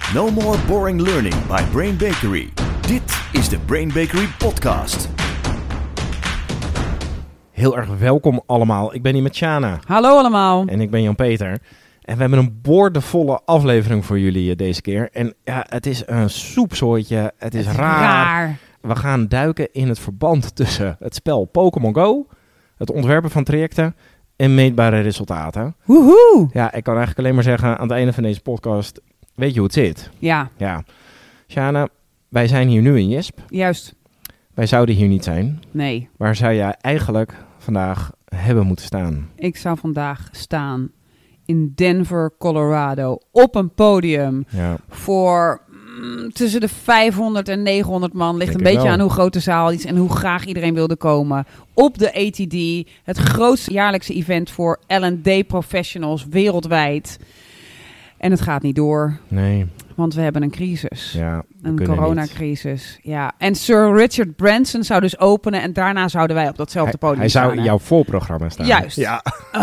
No more boring learning by Brain Bakery. Dit is de Brain Bakery podcast. Heel erg welkom allemaal. Ik ben hier met Shana. Hallo allemaal. En ik ben Jan-Peter. En we hebben een boordevolle aflevering voor jullie deze keer. En ja, het is een soepsoortje. Het is raar. We gaan duiken in het verband tussen het spel Pokémon Go, het ontwerpen van trajecten en meetbare resultaten. Woehoe! Ja, ik kan eigenlijk alleen maar zeggen aan het einde van deze podcast, weet je hoe het zit? Ja. Shana, wij zijn hier nu in Jesp. Juist. Wij zouden hier niet zijn. Nee. Waar zou jij eigenlijk vandaag hebben moeten staan? Ik zou vandaag staan in Denver, Colorado, op een podium voor tussen de 500 en 900 man. Ligt een beetje aan hoe groot de zaal is en hoe graag iedereen wilde komen. Op de ATD, het grootste jaarlijkse event voor L&D professionals wereldwijd. En het gaat niet door. Nee. Want we hebben een crisis. Ja, een coronacrisis. Ja. En Sir Richard Branson zou dus openen en daarna zouden wij op datzelfde podium staan. Hij zou in jouw voorprogramma staan. Juist. Ja.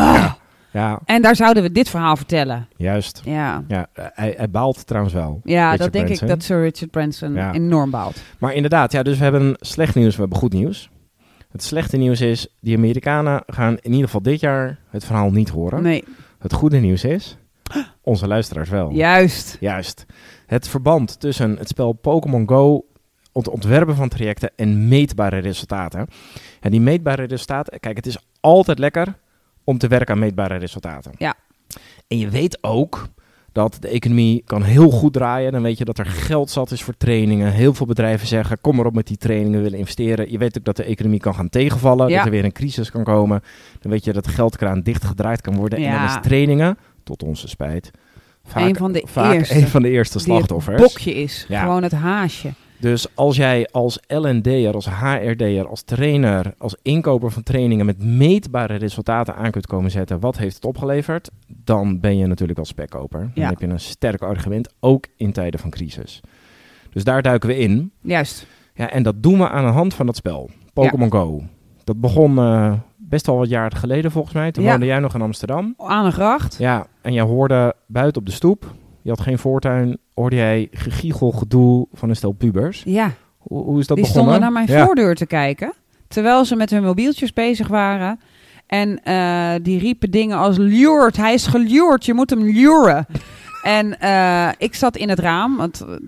Ja. En daar zouden we dit verhaal vertellen. Juist. Ja. Hij baalt trouwens wel. Ja, Richard dat denk Branson. ik dat Sir Richard Branson enorm baalt. Maar inderdaad, dus we hebben slecht nieuws, we hebben goed nieuws. Het slechte nieuws is, die Amerikanen gaan in ieder geval dit jaar het verhaal niet horen. Nee. Het goede nieuws is, onze luisteraars wel. Juist. Het verband tussen het spel Pokémon Go, het ontwerpen van trajecten en meetbare resultaten. En die meetbare resultaten, kijk, het is altijd lekker om te werken aan meetbare resultaten. Ja. En je weet ook dat de economie kan heel goed draaien. Dan weet je dat er geld zat is voor trainingen. Heel veel bedrijven zeggen, kom maar op met die trainingen, we willen investeren. Je weet ook dat de economie kan gaan tegenvallen, dat er weer een crisis kan komen. Dan weet je dat de geldkraan dichtgedraaid kan worden. En dan is trainingen, tot onze spijt, vaak een van de eerste slachtoffers. Het bokje is, gewoon het haasje. Dus als jij als L&D'er, als HRD'er, als trainer, als inkoper van trainingen met meetbare resultaten aan kunt komen zetten, wat heeft het opgeleverd? Dan ben je natuurlijk als spekkoper. Dan heb je een sterk argument, ook in tijden van crisis. Dus daar duiken we in. Juist. Ja, en dat doen we aan de hand van dat spel, Pokémon Go. Dat begon best al wat jaren geleden volgens mij. Toen woonde jij nog in Amsterdam. Aan een gracht. Ja, en jij hoorde buiten op de stoep, je had geen voortuin, hoorde jij gegiegel, gedoe van een stel pubers. Ja. Hoe is dat die begonnen? Die stonden naar mijn voordeur te kijken, terwijl ze met hun mobieltjes bezig waren. En die riepen dingen als, lured, hij is gelured, je moet hem luren. En ik zat in het raam,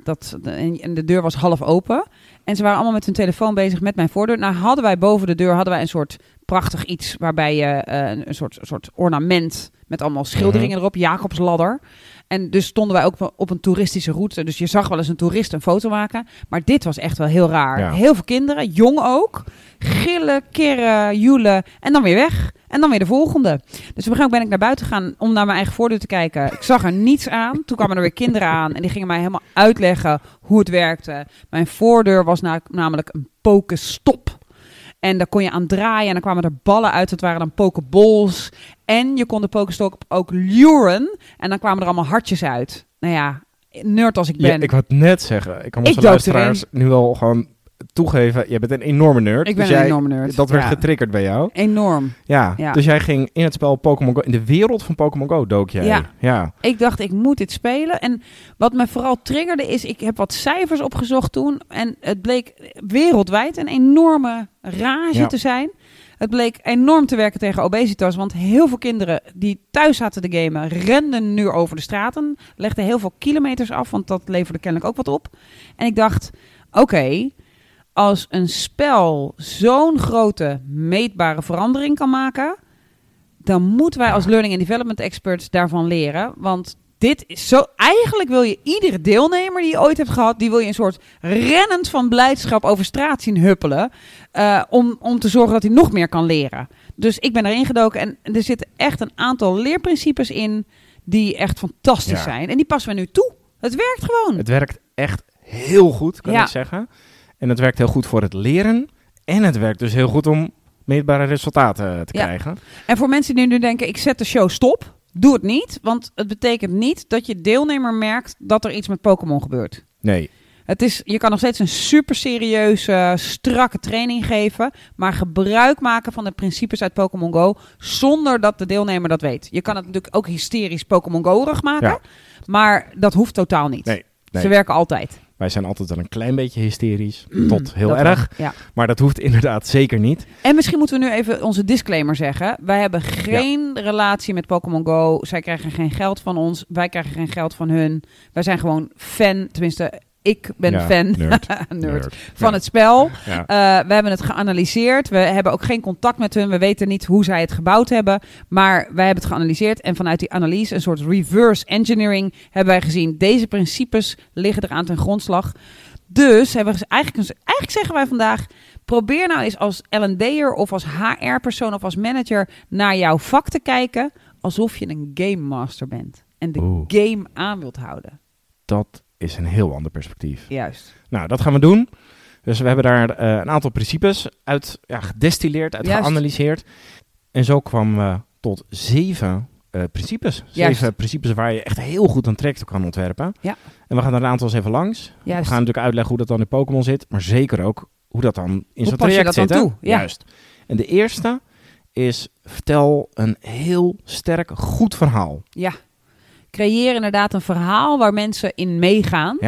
en de deur was half open. En ze waren allemaal met hun telefoon bezig met mijn voordeur. Nou hadden wij boven de deur een soort prachtig iets waarbij je een soort ornament met allemaal schilderingen erop, Jacobsladder. En dus stonden wij ook op een toeristische route. Dus je zag wel eens een toerist een foto maken. Maar dit was echt wel heel raar. Ja. Heel veel kinderen, jong ook. Gillen, kirren, joelen en dan weer weg. En dan weer de volgende. Dus op een gegeven moment ben ik naar buiten gegaan om naar mijn eigen voordeur te kijken. Ik zag er niets aan. Toen kwamen er weer kinderen aan en die gingen mij helemaal uitleggen hoe het werkte. Mijn voordeur was namelijk een Pokestop. En daar kon je aan draaien en dan kwamen er ballen uit. Het waren dan pokeballs. En je kon de Pokestop ook luren. En dan kwamen er allemaal hartjes uit. Nou ja, nerd als ik ben. Ja, ik wou het net zeggen. Ik kan onze luisteraars nu al gewoon toegeven. Je bent een enorme nerd. Ik ben een enorme nerd. Dat werd getriggerd bij jou. Enorm. Ja, dus jij ging in het spel Pokémon Go, in de wereld van Pokémon Go dook jij. Ja. Ik dacht, ik moet dit spelen. En wat me vooral triggerde is, ik heb wat cijfers opgezocht toen. En het bleek wereldwijd een enorme rage te zijn. Het bleek enorm te werken tegen obesitas. Want heel veel kinderen die thuis zaten te gamen, renden nu over de straten. Legden heel veel kilometers af, want dat leverde kennelijk ook wat op. En ik dacht, oké, als een spel zo'n grote meetbare verandering kan maken, dan moeten wij als learning and development experts daarvan leren. Want dit is zo. Eigenlijk wil je iedere deelnemer die je ooit hebt gehad, die wil je een soort rennend van blijdschap over straat zien huppelen. Om te zorgen dat hij nog meer kan leren. Dus ik ben erin gedoken en er zitten echt een aantal leerprincipes in die echt fantastisch zijn. En die passen we nu toe. Het werkt gewoon. Het werkt echt heel goed, kan ik zeggen. En het werkt heel goed voor het leren. En het werkt dus heel goed om meetbare resultaten te krijgen. En voor mensen die nu denken, ik zet de show stop. Doe het niet, want het betekent niet dat je deelnemer merkt dat er iets met Pokémon gebeurt. Nee. Je kan nog steeds een super serieuze, strakke training geven, maar gebruik maken van de principes uit Pokémon Go zonder dat de deelnemer dat weet. Je kan het natuurlijk ook hysterisch Pokémon Go-rig maken, maar dat hoeft totaal niet. Nee. Nee. Ze werken altijd. Wij zijn altijd wel een klein beetje hysterisch, tot heel Dat erg. wel, ja. Maar dat hoeft inderdaad zeker niet. En misschien moeten we nu even onze disclaimer zeggen. Wij hebben geen relatie met Pokémon Go. Zij krijgen geen geld van ons. Wij krijgen geen geld van hun. Wij zijn gewoon fan, tenminste... Ik ben fan nerd van het spel. Ja. We hebben het geanalyseerd. We hebben ook geen contact met hun. We weten niet hoe zij het gebouwd hebben. Maar wij hebben het geanalyseerd. En vanuit die analyse, een soort reverse engineering, hebben wij gezien, deze principes liggen eraan ten grondslag. Dus hebben we eigenlijk zeggen wij vandaag, probeer nou eens als L&D'er of als HR-persoon of als manager naar jouw vak te kijken, alsof je een game master bent. En de game aan wilt houden. Dat is een heel ander perspectief. Juist. Nou, dat gaan we doen. Dus we hebben daar een aantal principes uit gedestilleerd, uit geanalyseerd. En zo kwamen we tot 7 principes. Juist. 7 principes waar je echt heel goed een traject kan ontwerpen. Ja. En we gaan er een aantal eens even langs. Juist. We gaan natuurlijk uitleggen hoe dat dan in Pokémon zit, maar zeker ook hoe dat dan in zo'n pas je traject dat zit. dan toe? Ja. Juist. En de eerste is, vertel een heel sterk, goed verhaal. Ja. Creëer inderdaad een verhaal waar mensen in meegaan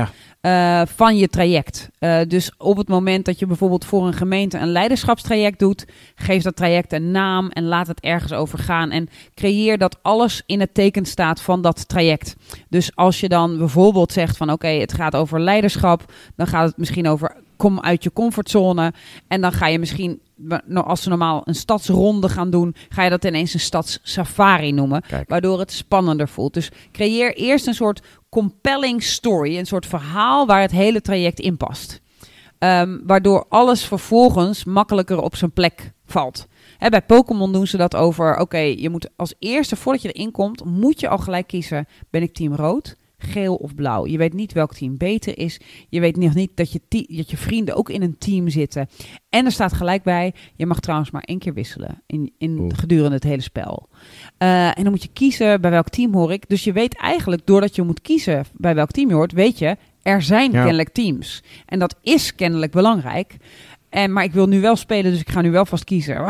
van je traject. Dus op het moment dat je bijvoorbeeld voor een gemeente een leiderschapstraject doet, geef dat traject een naam en laat het ergens over gaan. En creëer dat alles in het teken staat van dat traject. Dus als je dan bijvoorbeeld zegt van oké, het gaat over leiderschap, dan gaat het misschien over kom uit je comfortzone. En dan ga je misschien, als ze normaal een stadsronde gaan doen, ga je dat ineens een stadssafari noemen. Kijk. Waardoor het spannender voelt. Dus creëer eerst een soort compelling story. Een soort verhaal waar het hele traject in past. Waardoor alles vervolgens makkelijker op zijn plek valt. Bij Pokémon doen ze dat over, oké, je moet als eerste, voordat je erin komt, moet je al gelijk kiezen, ben ik team rood, geel of blauw. Je weet niet welk team beter is. Je weet nog niet dat je vrienden ook in een team zitten. En er staat gelijk bij, je mag trouwens maar 1 keer wisselen gedurende het hele spel. En dan moet je kiezen bij welk team hoor ik. Dus je weet eigenlijk, doordat je moet kiezen bij welk team je hoort, weet je, er zijn kennelijk teams. En dat is kennelijk belangrijk. Maar ik wil nu wel spelen, dus ik ga nu wel vast kiezen.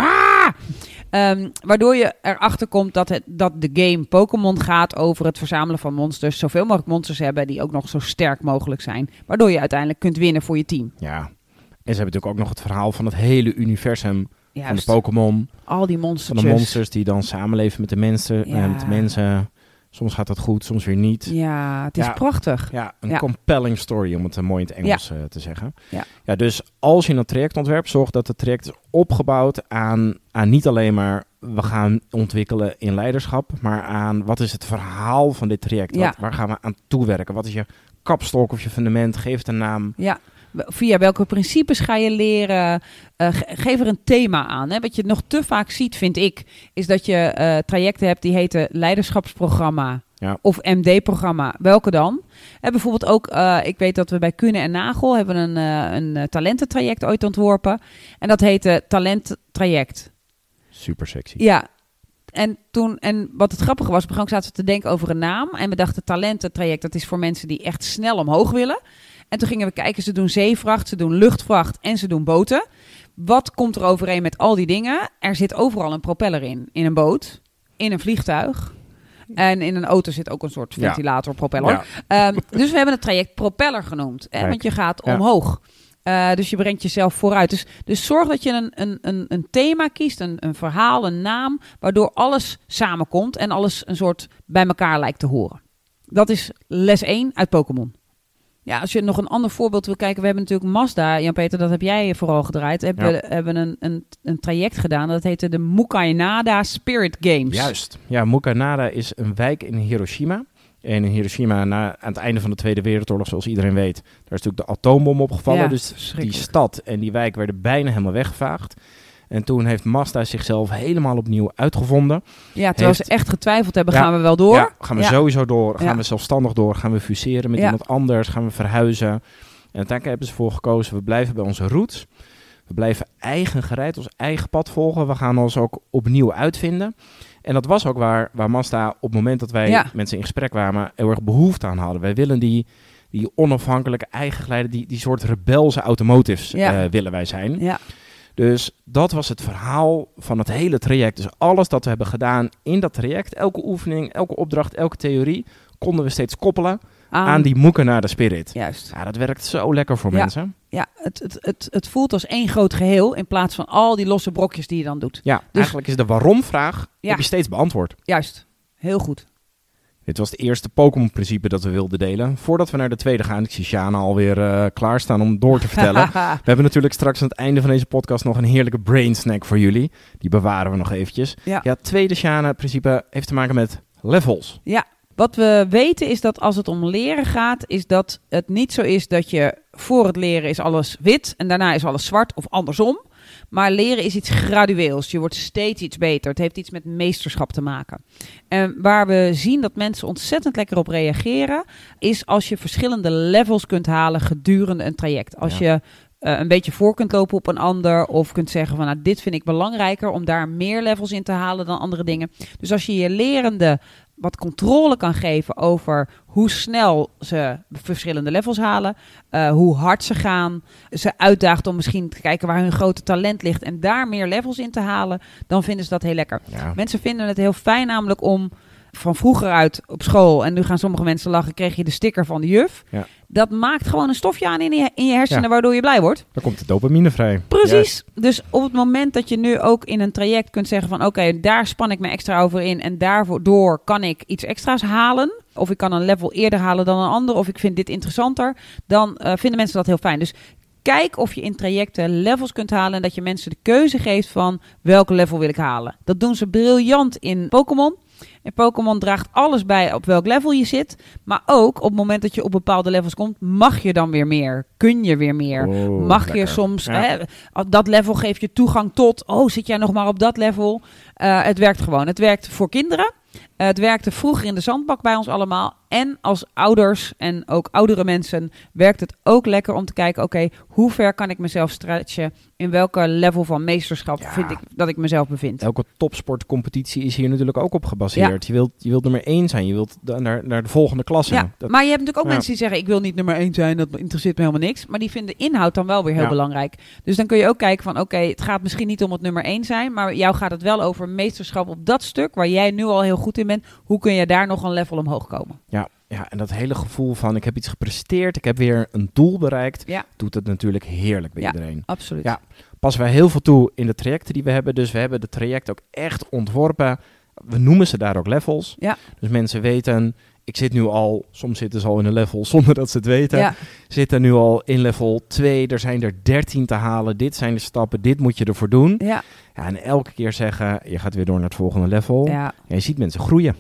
Waardoor je erachter komt dat de game Pokémon gaat over het verzamelen van monsters. Zoveel mogelijk monsters hebben die ook nog zo sterk mogelijk zijn. Waardoor je uiteindelijk kunt winnen voor je team. Ja, en ze hebben natuurlijk ook nog het verhaal van het hele universum van de Pokémon. Al die monstertjes. Van de monsters die dan samenleven met de mensen. Soms gaat dat goed, soms weer niet. Ja, het is prachtig. Ja, een compelling story, om het mooi in het Engels te zeggen. Ja, dus als je een traject ontwerpt, zorg dat het traject is opgebouwd aan niet alleen maar we gaan ontwikkelen in leiderschap, maar aan wat is het verhaal van dit traject? Waar gaan we aan toewerken? Wat is je kapstok of je fundament? Geef het een naam. Ja. Via welke principes ga je leren? Geef er een thema aan. Hè? Wat je nog te vaak ziet, vind ik, is dat je trajecten hebt die heten leiderschapsprogramma of MD-programma. Welke dan? Bijvoorbeeld ook, ik weet dat we bij Kuhne en Nagel hebben een talententraject ooit ontworpen. En dat heette Talenttraject. Super sexy. Ja. En wat het grappige was, op een gegeven moment zaten we te denken over een naam. En we dachten talententraject, dat is voor mensen die echt snel omhoog willen. En toen gingen we kijken, ze doen zeevracht, ze doen luchtvracht en ze doen boten. Wat komt er overeen met al die dingen? Er zit overal een propeller in een boot, in een vliegtuig. En in een auto zit ook een soort ventilatorpropeller. Ja. Dus we hebben het traject propeller genoemd. Want je gaat omhoog. Dus je brengt jezelf vooruit. Dus zorg dat je een thema kiest, een verhaal, een naam, waardoor alles samenkomt en alles een soort bij elkaar lijkt te horen. Dat is les 1 uit Pokémon. Ja, als je nog een ander voorbeeld wil kijken, we hebben natuurlijk Mazda, Jan-Peter, dat heb jij vooral gedraaid. We hebben een traject gedaan, dat heette de Mukainada Spirit Games. Juist. Ja, Mukainada is een wijk in Hiroshima. En in Hiroshima, aan het einde van de Tweede Wereldoorlog, zoals iedereen weet, daar is natuurlijk de atoombom opgevallen. Ja, dus die stad en die wijk werden bijna helemaal weggevaagd. En toen heeft Mazda zichzelf helemaal opnieuw uitgevonden. Ja, terwijl ze echt getwijfeld hebben, gaan we wel door? Ja, gaan we sowieso door. Gaan we zelfstandig door? Gaan we fuseren met iemand anders? Gaan we verhuizen? En uiteindelijk hebben ze ervoor gekozen, we blijven bij onze roots. We blijven eigen gereid, ons eigen pad volgen. We gaan ons ook opnieuw uitvinden. En dat was ook waar Mazda op het moment dat wij mensen in gesprek kwamen heel erg behoefte aan hadden. Wij willen die onafhankelijke, eigen geleide, die soort rebelse automotives willen wij zijn. Ja. Dus dat was het verhaal van het hele traject. Dus alles dat we hebben gedaan in dat traject, elke oefening, elke opdracht, elke theorie, konden we steeds koppelen aan die moeken naar de spirit. Juist. Ja, dat werkt zo lekker voor mensen. Ja, het voelt als één groot geheel in plaats van al die losse brokjes die je dan doet. Ja, dus eigenlijk is de waarom-vraag heb je steeds beantwoord. Juist, heel goed. Dit was het eerste Pokémon-principe dat we wilden delen. Voordat we naar de tweede gaan, ik zie Sjana alweer klaarstaan om door te vertellen. We hebben natuurlijk straks aan het einde van deze podcast nog een heerlijke brain snack voor jullie. Die bewaren we nog eventjes. Ja, het tweede Sjana-principe heeft te maken met levels. Ja, wat we weten is dat als het om leren gaat, is dat het niet zo is dat je voor het leren is alles wit en daarna is alles zwart of andersom. Maar leren is iets gradueels. Je wordt steeds iets beter. Het heeft iets met meesterschap te maken. En waar we zien dat mensen ontzettend lekker op reageren, is als je verschillende levels kunt halen gedurende een traject. Als je een beetje voor kunt lopen op een ander, of kunt zeggen van nou, dit vind ik belangrijker om daar meer levels in te halen dan andere dingen. Dus als je je lerende wat controle kan geven over hoe snel ze verschillende levels halen, hoe hard ze gaan, ze uitdaagt om misschien te kijken waar hun grote talent ligt en daar meer levels in te halen, dan vinden ze dat heel lekker. Ja. Mensen vinden het heel fijn namelijk om van vroeger uit op school, en nu gaan sommige mensen lachen, kreeg je de sticker van de juf. Ja. Dat maakt gewoon een stofje aan in je hersenen, waardoor je blij wordt. Dan komt de dopamine vrij. Precies. Yes. Dus op het moment dat je nu ook in een traject kunt zeggen van oké, daar span ik me extra over in en daardoor kan ik iets extra's halen. Of ik kan een level eerder halen dan een ander, of ik vind dit interessanter. Dan vinden mensen dat heel fijn. Dus kijk of je in trajecten levels kunt halen en dat je mensen de keuze geeft van welke level wil ik halen. Dat doen ze briljant in Pokémon. En Pokémon draagt alles bij op welk level je zit. Maar ook op het moment dat je op bepaalde levels komt, mag je dan weer meer. Kun je weer meer. Mag lekker. Je soms, dat level geeft je toegang tot, zit jij nog maar op dat level? Het werkt gewoon. Het werkt voor kinderen. Het werkte vroeger in de zandbak bij ons allemaal. En als ouders en ook oudere mensen werkt het ook lekker om te kijken, oké, hoe ver kan ik mezelf stretchen? In welke level van meesterschap vind ik dat ik mezelf bevind? Elke topsportcompetitie is hier natuurlijk ook op gebaseerd. Ja. Je wilt nummer 1 zijn. Je wilt naar de volgende klasse. Ja, maar je hebt natuurlijk ook mensen die zeggen, ik wil niet nummer 1 zijn. Dat interesseert me helemaal niks. Maar die vinden inhoud dan wel weer heel belangrijk. Dus dan kun je ook kijken van, oké, het gaat misschien niet om het nummer 1 zijn. Maar jou gaat het wel over meesterschap op dat stuk waar jij nu al heel goed in bent. Hoe kun je daar nog een level omhoog komen? Ja, en dat hele gevoel van ik heb iets gepresteerd, ik heb weer een doel bereikt, doet het natuurlijk heerlijk bij iedereen. Absoluut. Ja, passen wij heel veel toe in de trajecten die we hebben. Dus we hebben de traject ook echt ontworpen. We noemen ze daar ook levels. Ja. Dus mensen weten, ik zit nu al, soms zitten ze al in een level zonder dat ze het weten. Zitten nu al in level 2, er zijn er 13 te halen. Dit zijn de stappen, dit moet je ervoor doen. Ja, en elke keer zeggen, je gaat weer door naar het volgende level. Ja. En je ziet mensen groeien.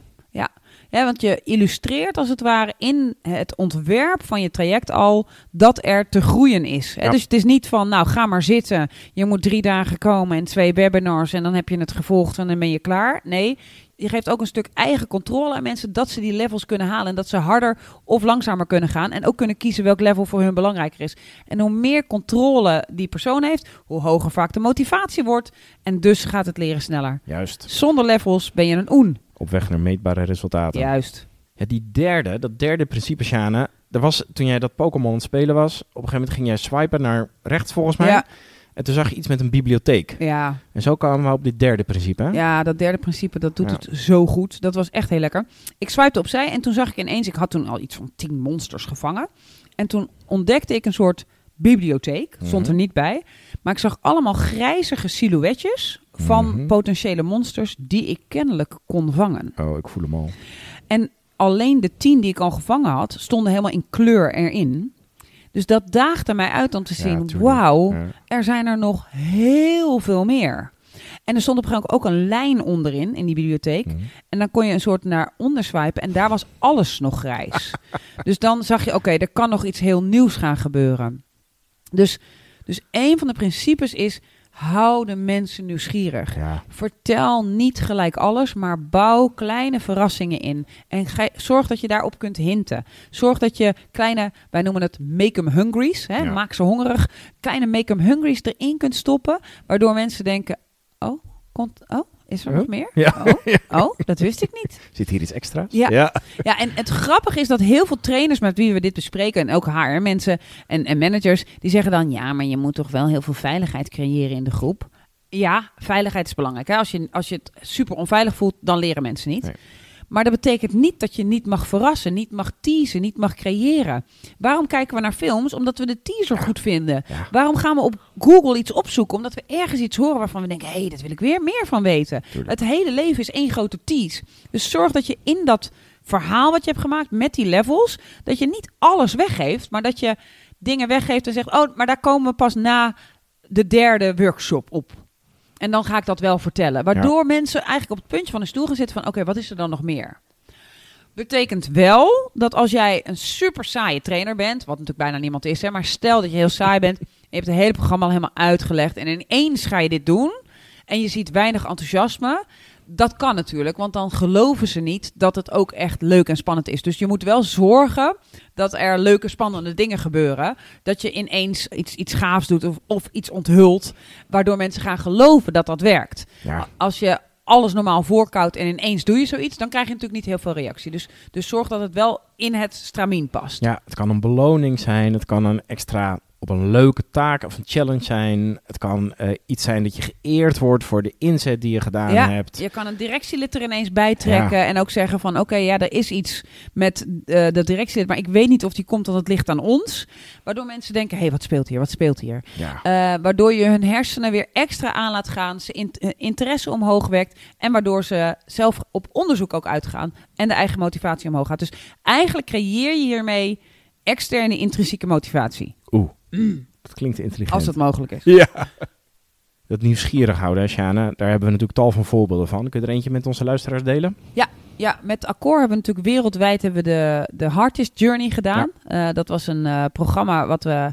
Ja, want je illustreert als het ware in het ontwerp van je traject al dat er te groeien is. Ja. Dus het is niet van, nou ga maar zitten. Je moet 3 dagen komen en 2 webinars en dan heb je het gevolgd en dan ben je klaar. Nee, je geeft ook een stuk eigen controle aan mensen dat ze die levels kunnen halen. En dat ze harder of langzamer kunnen gaan. En ook kunnen kiezen welk level voor hun belangrijker is. En hoe meer controle die persoon heeft, hoe hoger vaak de motivatie wordt. En dus gaat het leren sneller. Juist. Zonder levels ben je een oen. Op weg naar meetbare resultaten. Juist. Ja, dat derde principe, Sjana. Er was, toen jij dat Pokémon aan het spelen was, op een gegeven moment ging jij swipen naar rechts volgens mij. Ja. En toen zag je iets met een bibliotheek. Ja. En zo kwamen we op dit derde principe. Hè? Ja, dat derde principe, dat doet het zo goed. Dat was echt heel lekker. Ik swipte opzij en toen zag ik ineens, ik had toen al iets van 10 monsters gevangen. En toen ontdekte ik een soort bibliotheek. Stond er niet bij. Maar ik zag allemaal grijzige silhouetjes van potentiële monsters die ik kennelijk kon vangen. Oh, ik voel hem al. En alleen de 10 die ik al gevangen had, stonden helemaal in kleur erin. Dus dat daagde mij uit om te zien, wauw, er zijn er nog heel veel meer. En er stond op een gegeven moment ook een lijn onderin, in die bibliotheek. En dan kon je een soort naar onder swipen en daar was alles nog grijs. Dus dan zag je, oké, er kan nog iets heel nieuws gaan gebeuren. Dus een van de principes is, hou de mensen nieuwsgierig. Ja. Vertel niet gelijk alles, maar bouw kleine verrassingen in. En zorg dat je daarop kunt hinten. Zorg dat je kleine, wij noemen het make 'em hungries, hè? Maak ze hongerig. Kleine make 'em hungries erin kunt stoppen, waardoor mensen denken, is er nog meer? Ja. Dat wist ik niet. Zit hier iets extra's? Ja, en het grappige is dat heel veel trainers met wie we dit bespreken, en ook HR-mensen en managers, die zeggen dan, ja, maar je moet toch wel heel veel veiligheid creëren in de groep. Ja, veiligheid is belangrijk. Hè? Als je het super onveilig voelt, dan leren mensen niet. Nee. Maar dat betekent niet dat je niet mag verrassen, niet mag teasen, niet mag creëren. Waarom kijken we naar films? Omdat we de teaser goed vinden. Ja. Waarom gaan we op Google iets opzoeken? Omdat we ergens iets horen waarvan we denken, hé, dat wil ik weer meer van weten. Tuurlijk. Het hele leven is één grote tease. Dus zorg dat je in dat verhaal wat je hebt gemaakt met die levels, dat je niet alles weggeeft, maar dat je dingen weggeeft en zegt, oh, maar daar komen we pas na de derde workshop op. En dan ga ik dat wel vertellen. Waardoor mensen eigenlijk op het puntje van de stoel gaan zitten van, oké, wat is er dan nog meer? Betekent wel dat als jij een super saaie trainer bent, wat natuurlijk bijna niemand is, hè, maar stel dat je heel saai bent, je hebt het hele programma al helemaal uitgelegd en ineens ga je dit doen en je ziet weinig enthousiasme. Dat kan natuurlijk, want dan geloven ze niet dat het ook echt leuk en spannend is. Dus je moet wel zorgen dat er leuke, spannende dingen gebeuren. Dat je ineens iets gaafs doet of iets onthult, waardoor mensen gaan geloven dat dat werkt. Ja. Als je alles normaal voorkoudt en ineens doe je zoiets, dan krijg je natuurlijk niet heel veel reactie. Dus zorg dat het wel in het stramien past. Ja, het kan een beloning zijn, het kan een extra op een leuke taak of een challenge zijn. Het kan iets zijn dat je geëerd wordt voor de inzet die je gedaan hebt. Je kan een directielid er ineens bij trekken en ook zeggen van oké, er is iets met de directielid, maar ik weet niet of die komt, want het ligt aan ons. Waardoor mensen denken, hé, wat speelt hier? Ja. Waardoor je hun hersenen weer extra aan laat gaan, ze interesse omhoog wekt en waardoor ze zelf op onderzoek ook uitgaan en de eigen motivatie omhoog gaat. Dus eigenlijk creëer je hiermee externe intrinsieke motivatie. Dat klinkt intelligent. Als dat mogelijk is. Ja. Dat nieuwsgierig houden, Sjane, daar hebben we natuurlijk tal van voorbeelden van. Kun je er eentje met onze luisteraars delen? Ja, met Accor hebben we natuurlijk wereldwijd de Hardest Journey gedaan. Ja. Dat was een programma wat we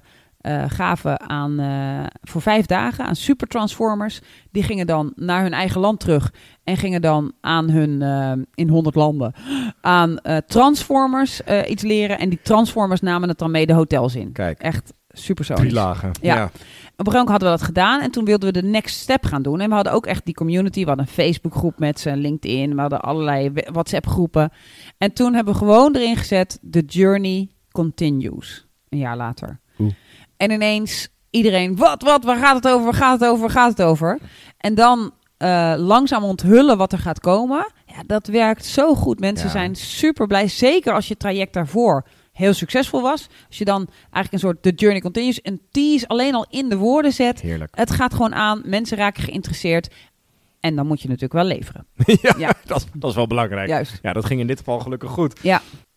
gaven aan voor 5 dagen aan super transformers. Die gingen dan naar hun eigen land terug en gingen dan aan hun, in 100 landen, aan transformers iets leren. En die transformers namen het dan mee de hotels in. Kijk. Echt super zo. 3 lagen. Ja. Op een gegeven moment hadden we dat gedaan en toen wilden we de next step gaan doen. En we hadden ook echt die community. We hadden een Facebookgroep met ze, LinkedIn. We hadden allerlei WhatsApp groepen. En toen hebben we gewoon erin gezet, the journey continues. Een jaar later. En ineens iedereen, waar gaat het over? En dan langzaam onthullen wat er gaat komen. Ja, dat werkt zo goed. Mensen zijn super blij. Zeker als je traject daarvoor heel succesvol was. Als je dan eigenlijk een soort the journey continues, een tease alleen al in de woorden zet. Heerlijk. Het gaat gewoon aan. Mensen raken geïnteresseerd. En dan moet je natuurlijk wel leveren. Ja. Dat is wel belangrijk. Juist. Ja, dat ging in dit geval gelukkig goed. Ja.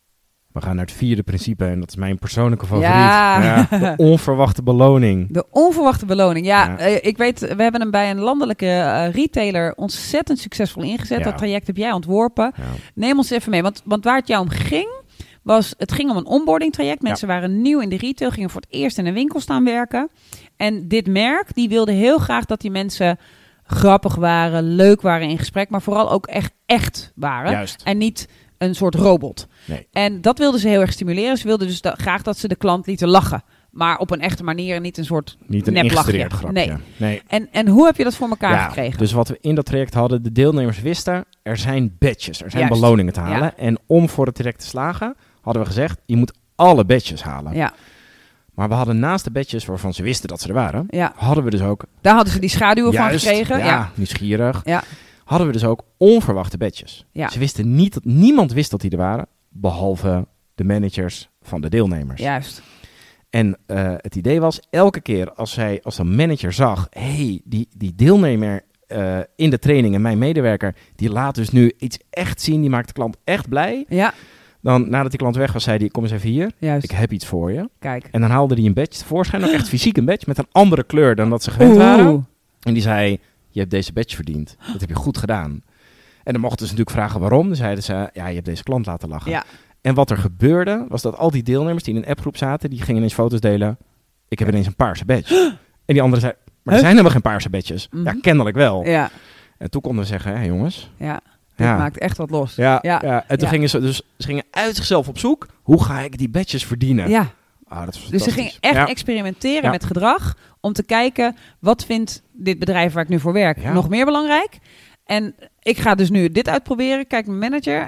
We gaan naar het 4e principe en dat is mijn persoonlijke favoriet. Ja. De onverwachte beloning. De onverwachte beloning. Ja. Ik weet, we hebben hem bij een landelijke retailer ontzettend succesvol ingezet. Ja. Dat traject heb jij ontworpen. Ja. Neem ons even mee. Want waar het jou om ging, het ging om een onboarding traject. Mensen waren nieuw in de retail, gingen voor het eerst in een winkel staan werken. En dit merk, die wilde heel graag dat die mensen grappig waren, leuk waren in gesprek, maar vooral ook echt waren. Juist. En niet een soort robot. Nee. En dat wilden ze heel erg stimuleren. Ze wilden dus graag dat ze de klant lieten lachen. Maar op een echte manier en niet een soort Niet een neplachje. ingestudeerd grapje. Nee. En hoe heb je dat voor elkaar gekregen? Dus wat we in dat traject hadden, de deelnemers wisten, er zijn badges, er zijn Juist. beloningen te halen. Ja. En om voor het traject te slagen, hadden we gezegd, je moet alle badges halen. Ja. Maar we hadden naast de badges waarvan ze wisten dat ze er waren, Ja. hadden we dus ook... Daar hadden ze die schaduwen van Juist, gekregen. ja, nieuwsgierig. Ja. Hadden we dus ook onverwachte badges. Ja. Ze wisten niet, niemand wist dat die er waren, behalve de managers van de deelnemers. Juist. En het idee was, elke keer als een manager zag, hey, die deelnemer in de training en mijn medewerker, die laat dus nu iets echt zien, die maakt de klant echt blij. Ja. Dan, nadat die klant weg was, zei hij, kom eens even hier, Juist. ik heb iets voor je. Kijk. En dan haalde hij een badge tevoorschijn, ook echt fysiek een badge, met een andere kleur dan dat ze gewend waren. En die zei, je hebt deze badge verdiend. Dat heb je goed gedaan. En dan mochten ze natuurlijk vragen waarom. Dan zeiden ze, ja, je hebt deze klant laten lachen. Ja. En wat er gebeurde, was dat al die deelnemers die in een appgroep zaten, die gingen ineens foto's delen. Ik heb ineens een paarse badge. En die andere zei, maar er zijn helemaal geen paarse badges. Mhm. Ja, kennelijk wel. Ja. En toen konden we zeggen, hé jongens. Ja. Dit Ja. maakt echt wat los. Ja. Ja. En toen Ja. gingen ze gingen uit zichzelf op zoek. Hoe ga ik die badges verdienen? Ja. Ah, dat is Dus ze gingen echt experimenteren Ja. met gedrag om te kijken, wat vindt dit bedrijf waar ik nu voor werk nog meer belangrijk? En ik ga dus nu dit uitproberen. Kijk, mijn manager,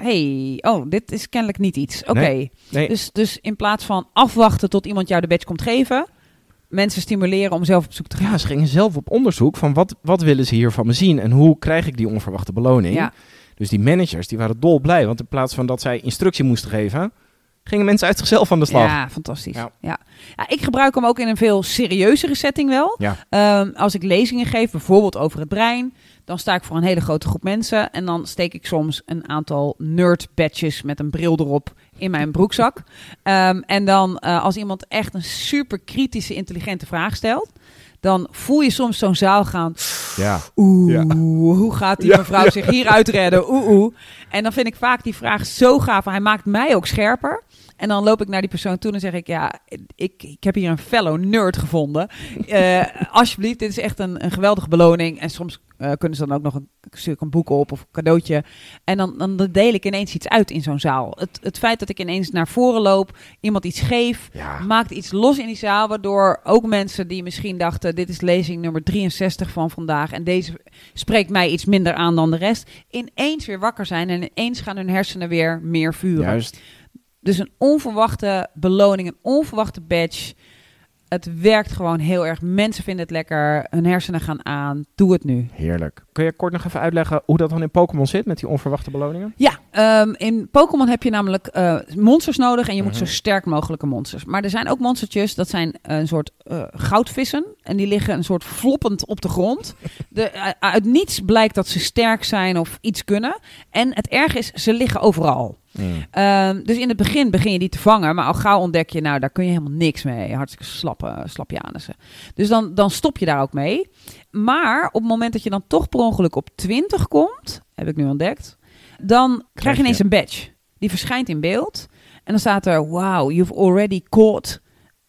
dit is kennelijk niet iets. Oké. Nee. Dus in plaats van afwachten tot iemand jou de badge komt geven, mensen stimuleren om zelf op zoek te gaan. Ja, ze gingen zelf op onderzoek van wat willen ze hier van me zien en hoe krijg ik die onverwachte beloning. Ja. Dus die managers die waren dolblij. Want in plaats van dat zij instructie moesten geven, gingen mensen uit zichzelf aan de slag. Ja, fantastisch. Ja, ik gebruik hem ook in een veel serieuzere setting wel. Ja. Als ik lezingen geef, bijvoorbeeld over het brein, dan sta ik voor een hele grote groep mensen. En dan steek ik soms een aantal nerd-badges met een bril erop in mijn broekzak. En dan als iemand echt een super kritische, intelligente vraag stelt, dan voel je soms zo'n zaal gaan. Ja. Hoe gaat die mevrouw zich hieruit redden? En dan vind ik vaak die vraag zo gaaf. Hij maakt mij ook scherper. En dan loop ik naar die persoon toe en zeg ik, ik heb hier een fellow nerd gevonden. Alsjeblieft, dit is echt een geweldige beloning. En soms kunnen ze dan ook nog een boek op of een cadeautje. En dan deel ik ineens iets uit in zo'n zaal. Het feit dat ik ineens naar voren loop, iemand iets geef, maakt iets los in die zaal. Waardoor ook mensen die misschien dachten, dit is lezing nummer 63 van vandaag. En deze spreekt mij iets minder aan dan de rest. Ineens weer wakker zijn en ineens gaan hun hersenen weer meer vuren. Juist. Dus een onverwachte beloning, een onverwachte badge. Het werkt gewoon heel erg. Mensen vinden het lekker. Hun hersenen gaan aan. Doe het nu. Heerlijk. Kun je kort nog even uitleggen hoe dat dan in Pokémon zit met die onverwachte beloningen? Ja, in Pokémon heb je namelijk monsters nodig en je moet zo sterk mogelijke monsters. Maar er zijn ook monstertjes, dat zijn een soort goudvissen. En die liggen een soort floppend op de grond. Uit niets blijkt dat ze sterk zijn of iets kunnen. En het erg is, ze liggen overal. Dus in het begin je die te vangen, maar al gauw ontdek je, nou, daar kun je helemaal niks mee. Hartstikke slapjanissen. Dus dan stop je daar ook mee. Maar op het moment dat je dan toch per ongeluk op 20 komt, heb ik nu ontdekt, dan krijg je ineens een badge. Die verschijnt in beeld. En dan staat er, wow, you've already caught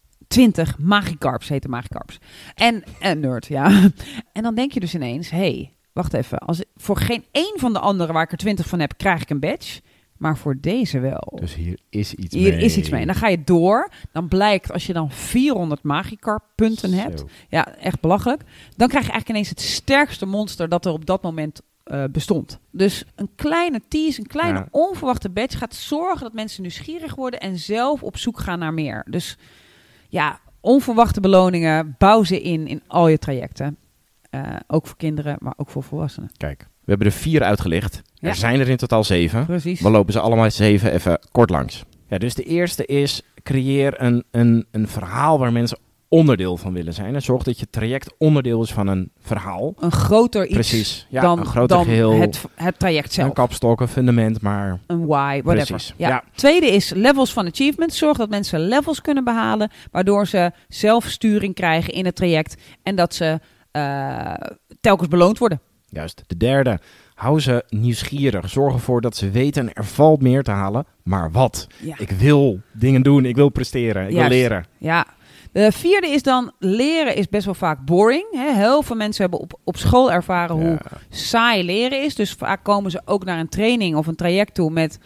20 Magikarps, heet de Magikarps. En nerd, ja. En dan denk je dus ineens, hey, wacht even. Voor geen één van de anderen waar ik er 20 van heb, krijg ik een badge. Maar voor deze wel. Dus hier is iets mee. Hier is iets mee. En dan ga je door. Dan blijkt, als je dan 400 Magikarp-punten hebt. Ja, echt belachelijk. Dan krijg je eigenlijk ineens het sterkste monster dat er op dat moment bestond. Dus een kleine tease, een kleine onverwachte badge gaat zorgen dat mensen nieuwsgierig worden en zelf op zoek gaan naar meer. Dus ja, onverwachte beloningen, bouw ze in al je trajecten. Ook voor kinderen, maar ook voor volwassenen. Kijk, we hebben er 4 uitgelicht. Ja. Er zijn er in totaal 7. Precies. We lopen ze allemaal 7 even kort langs. Ja, dus de eerste is, creëer een verhaal waar mensen onderdeel van willen zijn. En zorg dat je traject onderdeel is van een verhaal. Een groter iets. Precies. Ja, dan, een groter dan geheel. Het traject zelf. Een kapstok, een fundament, maar een why, whatever. Precies. Ja. Tweede is levels van achievement. Zorg dat mensen levels kunnen behalen, waardoor ze zelfsturing krijgen in het traject en dat ze telkens beloond worden. Juist. De derde, hou ze nieuwsgierig. Zorg ervoor dat ze weten, er valt meer te halen, maar wat? Ja. Ik wil dingen doen, ik wil presteren, ik wil leren. Ja. De vierde is dan, leren is best wel vaak boring. Hè? Heel veel mensen hebben op school ervaren hoe saai leren is. Dus vaak komen ze ook naar een training of een traject toe met,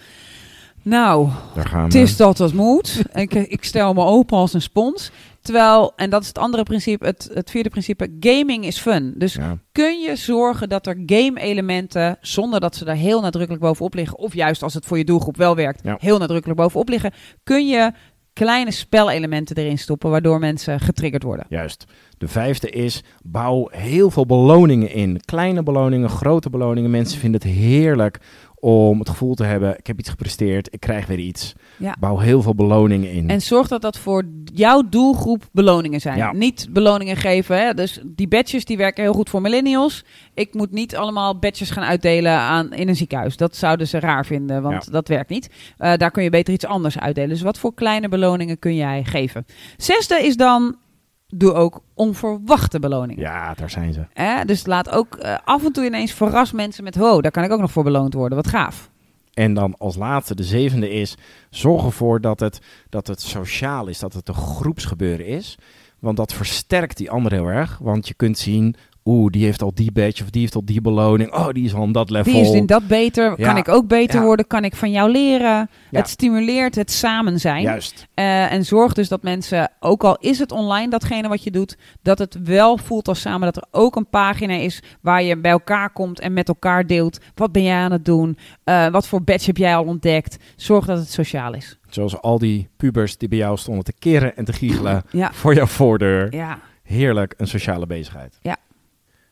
nou, het is dat het moet. Ik stel me open als een spons. Terwijl, en dat is het andere principe, het vierde principe, gaming is fun. Dus kun je zorgen dat er game-elementen, zonder dat ze daar heel nadrukkelijk bovenop liggen, of juist als het voor je doelgroep wel werkt, heel nadrukkelijk bovenop liggen, kun je kleine spelelementen erin stoppen, waardoor mensen getriggerd worden. Juist. De vijfde is, bouw heel veel beloningen in. Kleine beloningen, grote beloningen. Mensen vinden het heerlijk om het gevoel te hebben, ik heb iets gepresteerd, ik krijg weer iets. Ja. Bouw heel veel beloningen in. En zorg dat voor jouw doelgroep beloningen zijn. Ja. Niet beloningen geven. Hè? Dus die badges die werken heel goed voor millennials. Ik moet niet allemaal badges gaan uitdelen in een ziekenhuis. Dat zouden ze raar vinden, want dat werkt niet. Daar kun je beter iets anders uitdelen. Dus wat voor kleine beloningen kun jij geven? Zesde is dan, doe ook onverwachte beloningen. Ja, daar zijn ze. Dus laat ook af en toe ineens verras mensen met, wow, daar kan ik ook nog voor beloond worden. Wat gaaf. En dan als laatste, de zevende is, zorg ervoor dat het sociaal is, dat het een groepsgebeuren is. Want dat versterkt die ander heel erg. Want je kunt zien, die heeft al die badge of die heeft al die beloning. Oh, die is al in dat level. Die is in dat beter. Ja. Kan ik ook beter worden? Kan ik van jou leren? Ja. Het stimuleert het samen zijn. Juist. En zorg dus dat mensen, ook al is het online datgene wat je doet, dat het wel voelt als samen. Dat er ook een pagina is waar je bij elkaar komt en met elkaar deelt. Wat ben jij aan het doen? Wat voor badge heb jij al ontdekt? Zorg dat het sociaal is. Zoals al die pubers die bij jou stonden te keren en te giechelen voor jouw voordeur. Ja. Heerlijk, een sociale bezigheid. Ja.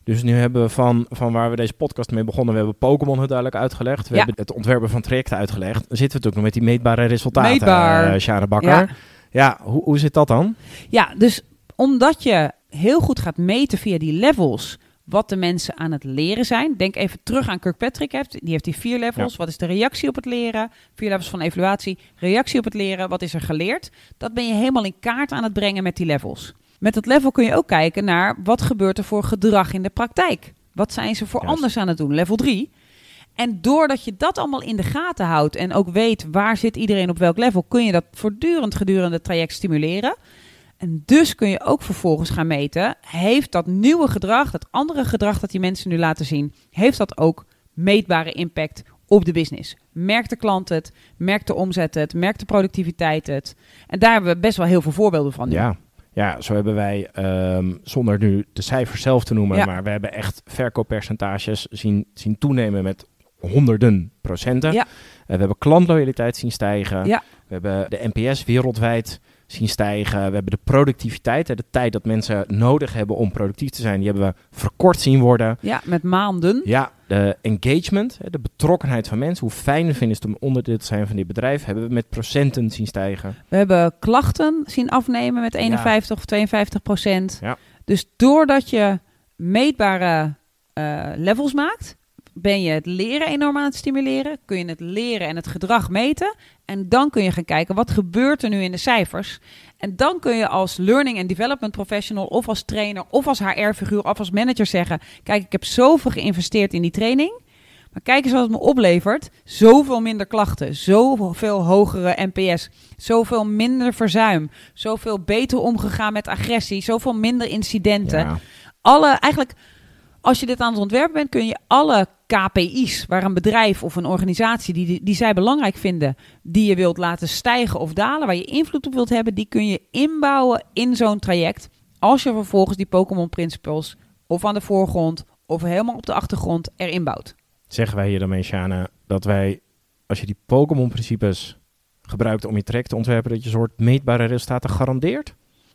Dus nu hebben we van waar we deze podcast mee begonnen, we hebben Pokémon heel duidelijk uitgelegd. We hebben het ontwerpen van trajecten uitgelegd. Dan zitten we natuurlijk nog met die meetbare resultaten, Sjane Bakker. Ja, hoe zit dat dan? Ja, dus omdat je heel goed gaat meten via die levels wat de mensen aan het leren zijn. Denk even terug aan Kirkpatrick. Die heeft die 4 levels. Ja. Wat is de reactie op het leren? 4 levels van evaluatie. Reactie op het leren. Wat is er geleerd? Dat ben je helemaal in kaart aan het brengen met die levels. Met dat level kun je ook kijken naar wat gebeurt er voor gedrag in de praktijk. Wat zijn ze voor anders aan het doen? Level 3. En doordat je dat allemaal in de gaten houdt en ook weet waar zit iedereen op welk level, kun je dat voortdurend gedurende het traject stimuleren. En dus kun je ook vervolgens gaan meten, heeft dat nieuwe gedrag, dat andere gedrag dat die mensen nu laten zien, heeft dat ook meetbare impact op de business? Merkt de klant het? Merkt de omzet het? Merkt de productiviteit het? En daar hebben we best wel heel veel voorbeelden van nu. Ja, zo hebben wij, zonder nu de cijfers zelf te noemen, maar we hebben echt verkooppercentages zien toenemen met honderden procenten. Ja. We hebben klantloyaliteit zien stijgen. Ja. We hebben de NPS wereldwijd zien stijgen. We hebben de productiviteit, de tijd dat mensen nodig hebben om productief te zijn, die hebben we verkort zien worden. Ja, met maanden. Ja, de engagement, de betrokkenheid van mensen, hoe fijn we vinden het om onderdeel te zijn van dit bedrijf, hebben we met procenten zien stijgen. We hebben klachten zien afnemen met 51 of 52%. Ja. Dus doordat je meetbare levels maakt, ben je het leren enorm aan het stimuleren. Kun je het leren en het gedrag meten. En dan kun je gaan kijken, wat gebeurt er nu in de cijfers? En dan kun je als learning and development professional of als trainer of als HR-figuur of als manager zeggen, kijk, ik heb zoveel geïnvesteerd in die training. Maar kijk eens wat het me oplevert. Zoveel minder klachten, zoveel hogere NPS, zoveel minder verzuim, zoveel beter omgegaan met agressie, zoveel minder incidenten. Ja. Eigenlijk, als je dit aan het ontwerpen bent, kun je alle KPI's waar een bedrijf of een organisatie die zij belangrijk vinden, die je wilt laten stijgen of dalen, waar je invloed op wilt hebben, die kun je inbouwen in zo'n traject. Als je vervolgens die Pokémon Principles of aan de voorgrond of helemaal op de achtergrond erin bouwt. Zeggen wij hier dan mee, Sjane, dat wij, als je die Pokémon Principes gebruikt om je traject te ontwerpen, dat je een soort meetbare resultaten garandeert?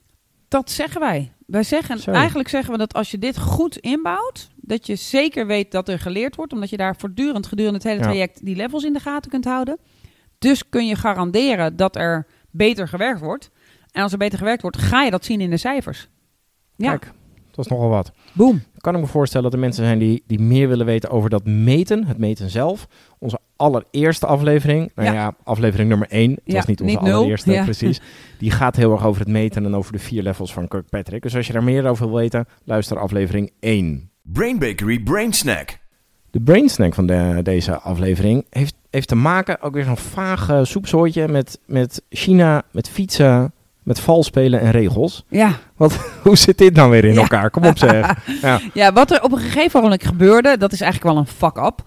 Dat zeggen wij. Eigenlijk zeggen we dat als je dit goed inbouwt, dat je zeker weet dat er geleerd wordt, omdat je daar voortdurend gedurende het hele traject die levels in de gaten kunt houden. Dus kun je garanderen dat er beter gewerkt wordt. En als er beter gewerkt wordt, ga je dat zien in de cijfers. Ja. Kijk, dat is nogal wat. Boom. Kan ik me voorstellen dat er mensen zijn die meer willen weten over dat meten, het meten zelf. Onze allereerste aflevering, aflevering nummer 1, het was niet onze allereerste, precies. Die gaat heel erg over het meten en over de 4 levels van Kirkpatrick. Dus als je daar meer over wil weten, luister aflevering 1. Brain Bakery Brain Snack. De Brain Snack van deze aflevering heeft te maken, ook weer zo'n vaag soepsoortje met China, met fietsen, met valspelen en regels. Ja. Hoe zit dit nou weer in elkaar? Kom op zeg. Ja, wat er op een gegeven moment gebeurde, dat is eigenlijk wel een fuck-up.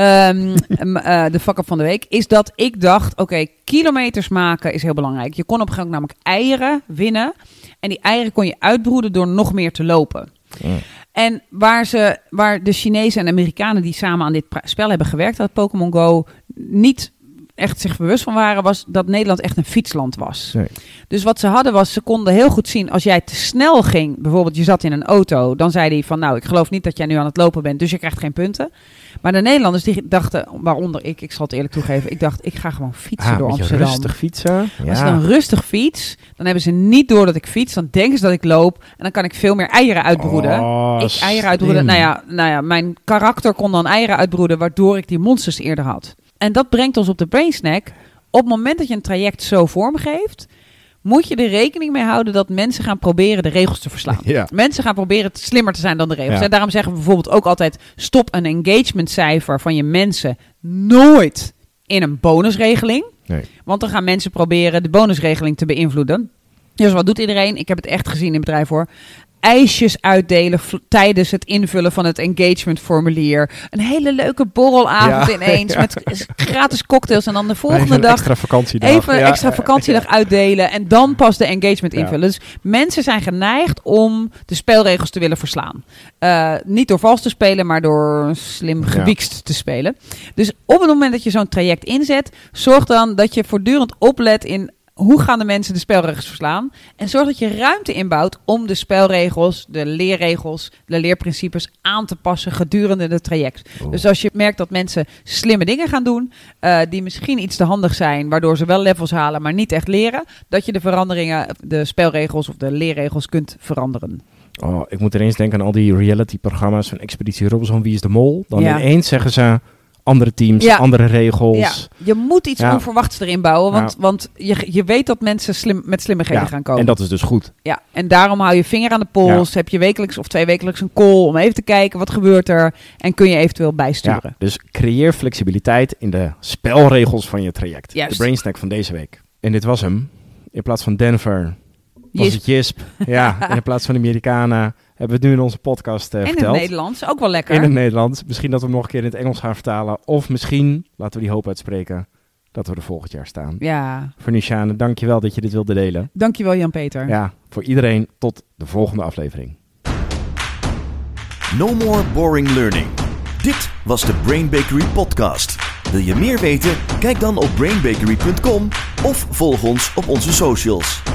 De fuck-up van de week, is dat ik dacht, oké, kilometers maken is heel belangrijk. Je kon op een gegeven moment namelijk eieren winnen. En die eieren kon je uitbroeden door nog meer te lopen. Ja. En waar de Chinezen en Amerikanen die samen aan dit spel hebben gewerkt, dat Pokémon Go, niet echt zich bewust van waren, was dat Nederland echt een fietsland was. Nee. Dus wat ze hadden was, ze konden heel goed zien, als jij te snel ging, bijvoorbeeld je zat in een auto, dan zei hij van, nou, ik geloof niet dat jij nu aan het lopen bent, dus je krijgt geen punten. Maar de Nederlanders die dachten, waaronder ik zal het eerlijk toegeven, ik dacht, ik ga gewoon fietsen door Amsterdam. Rustig fietsen. Ja. Als ik dan rustig fiets, dan hebben ze niet door dat ik fiets, dan denken ze dat ik loop en dan kan ik veel meer eieren uitbroeden. Eieren uitbroeden, nou ja, mijn karakter kon dan eieren uitbroeden, waardoor ik die monsters eerder had. En dat brengt ons op de Brain Snack. Op het moment dat je een traject zo vormgeeft, moet je er rekening mee houden dat mensen gaan proberen de regels te verslaan. Ja. Mensen gaan proberen slimmer te zijn dan de regels. Ja. En daarom zeggen we bijvoorbeeld ook altijd, stop een engagementcijfer van je mensen nooit in een bonusregeling. Nee. Want dan gaan mensen proberen de bonusregeling te beïnvloeden. Dus wat doet iedereen? Ik heb het echt gezien in het bedrijf hoor. ijsjes uitdelen tijdens het invullen van het engagementformulier. Een hele leuke borrelavond ineens met gratis cocktails en dan de volgende dag extra vakantiedag. Even een extra vakantiedag uitdelen en dan pas de engagement invullen. Dus mensen zijn geneigd om de spelregels te willen verslaan. Niet door vals te spelen, maar door slim gewiekst te spelen. Dus op het moment dat je zo'n traject inzet, zorg dan dat je voortdurend oplet in hoe gaan de mensen de spelregels verslaan? En zorg dat je ruimte inbouwt om de spelregels, de leerprincipes aan te passen gedurende het traject. Oh. Dus als je merkt dat mensen slimme dingen gaan doen, die misschien iets te handig zijn, waardoor ze wel levels halen, maar niet echt leren, dat je de veranderingen, de spelregels of de leerregels kunt veranderen. Oh, ik moet ineens denken aan al die reality-programma's van Expeditie Robinson, Wie is de Mol? Dan ineens zeggen ze andere teams, andere regels. Ja. Je moet iets onverwachts erin bouwen, want je weet dat mensen met slimmigheden gaan komen. En dat is dus goed. Ja, en daarom hou je vinger aan de pols. Heb je wekelijks of 2 wekelijks een call om even te kijken wat gebeurt er en kun je eventueel bijsturen. Ja, dus creëer flexibiliteit in de spelregels van je traject. Juist. De Brain Snack van deze week. En dit was hem. In plaats van Denver was het Jisp. Ja, en in plaats van de Amerikanen hebben we het nu in onze podcast verteld. In het Nederlands, ook wel lekker. In het Nederlands. Misschien dat we hem nog een keer in het Engels gaan vertalen. Of misschien, laten we die hoop uitspreken, dat we er volgend jaar staan. Ja. Voor nu, Sjane, dankjewel dat je dit wilde delen. Dankjewel, Jan-Peter. Ja, voor iedereen tot de volgende aflevering. No more boring learning. Dit was de Brain Bakery podcast. Wil je meer weten? Kijk dan op brainbakery.com of volg ons op onze socials.